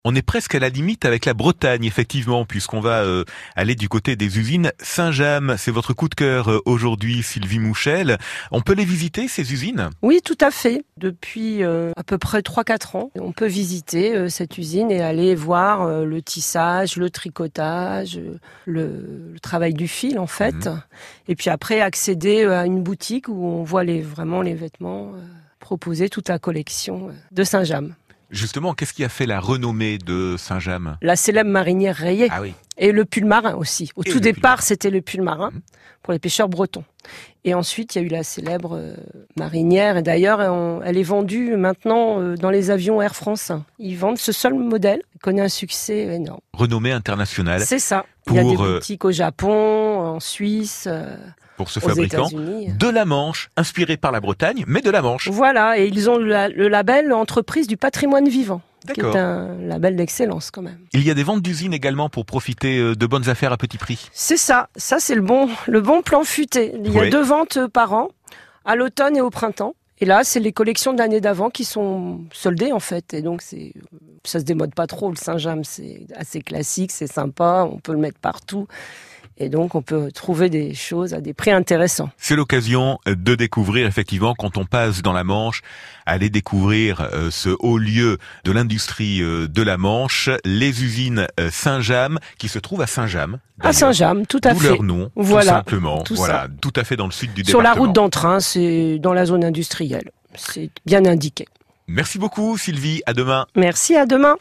On est presque à la limite avec la Bretagne, effectivement, puisqu'on va aller du côté des usines Saint-James. C'est votre coup de cœur aujourd'hui, Sylvie Mouchel. On peut les visiter, ces usines ? Oui, tout à fait. Depuis à peu près 3-4 ans, on peut visiter cette usine et aller voir le tissage, le tricotage, le travail du fil, en fait. Et puis après, accéder à une boutique où on voit vraiment les vêtements, proposer toute la collection de Saint-James. Justement, qu'est-ce qui a fait la renommée de Saint-James ? La célèbre marinière rayée. Ah oui. Et le pull marin aussi. Au tout départ, c'était le pull marin pour les pêcheurs bretons. Et ensuite, il y a eu la célèbre marinière. Et d'ailleurs, elle est vendue maintenant dans les avions Air France. Ils vendent ce seul modèle. Il connaît un succès énorme. Renommée internationale. C'est ça. Il y a des boutiques au Japon, en Suisse, pour ce aux fabricant États-Unis. De la Manche, inspiré par la Bretagne, mais de la Manche. Voilà, et ils ont le label Entreprise du patrimoine vivant. D'accord. Qui est un label d'excellence quand même. Il y a des ventes d'usines également pour profiter de bonnes affaires à petit prix. C'est ça c'est le bon plan futé. Il y a 2 ventes par an, à l'automne et au printemps. Et là, c'est les collections de l'année d'avant qui sont soldées en fait. Et donc ça se démode pas trop. Le Saint-James, c'est assez classique, c'est sympa, on peut le mettre partout. Et donc, on peut trouver des choses à des prix intéressants. C'est l'occasion de découvrir, effectivement, quand on passe dans la Manche, aller découvrir ce haut lieu de l'industrie de la Manche, les usines Saint-James, qui se trouvent à Saint-James. À Saint-James, tout à fait. D'où leur nom, voilà, tout simplement. Voilà, tout à fait dans le sud du département. Sur la route d'Entrain, c'est dans la zone industrielle. C'est bien indiqué. Merci beaucoup, Sylvie. À demain. Merci, à demain.